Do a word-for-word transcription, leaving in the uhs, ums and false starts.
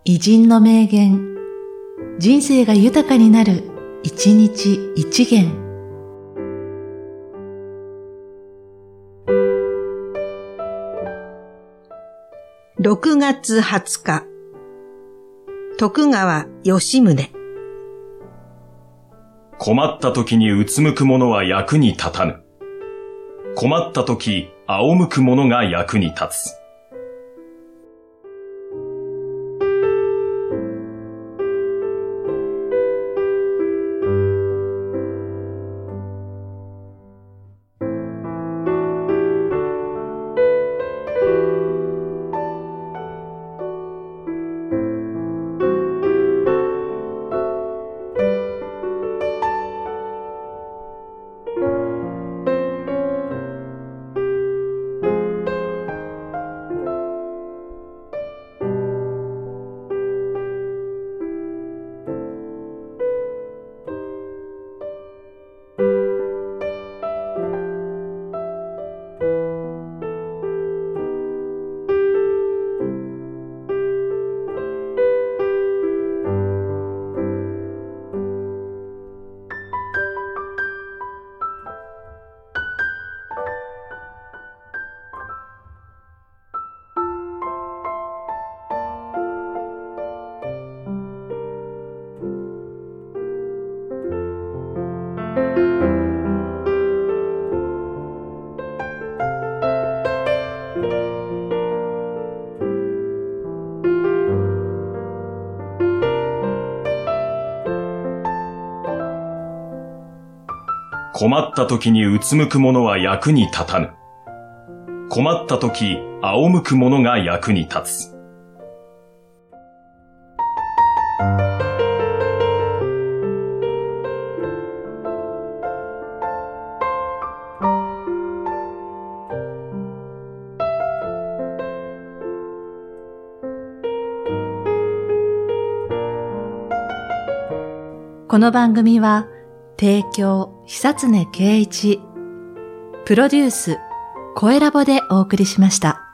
偉人の名言、人生が豊かになる、一日一元。 ろくがつはつか、徳川吉宗。 困った時にうつむく者は役に立たぬ。困った時、仰向く者が役に立つ。困った時にうつむく者は役に立たぬ。困った時、仰向く者が役に立つ。 この番組は提供久常圭一、プロデュース声ラボでお送りしました。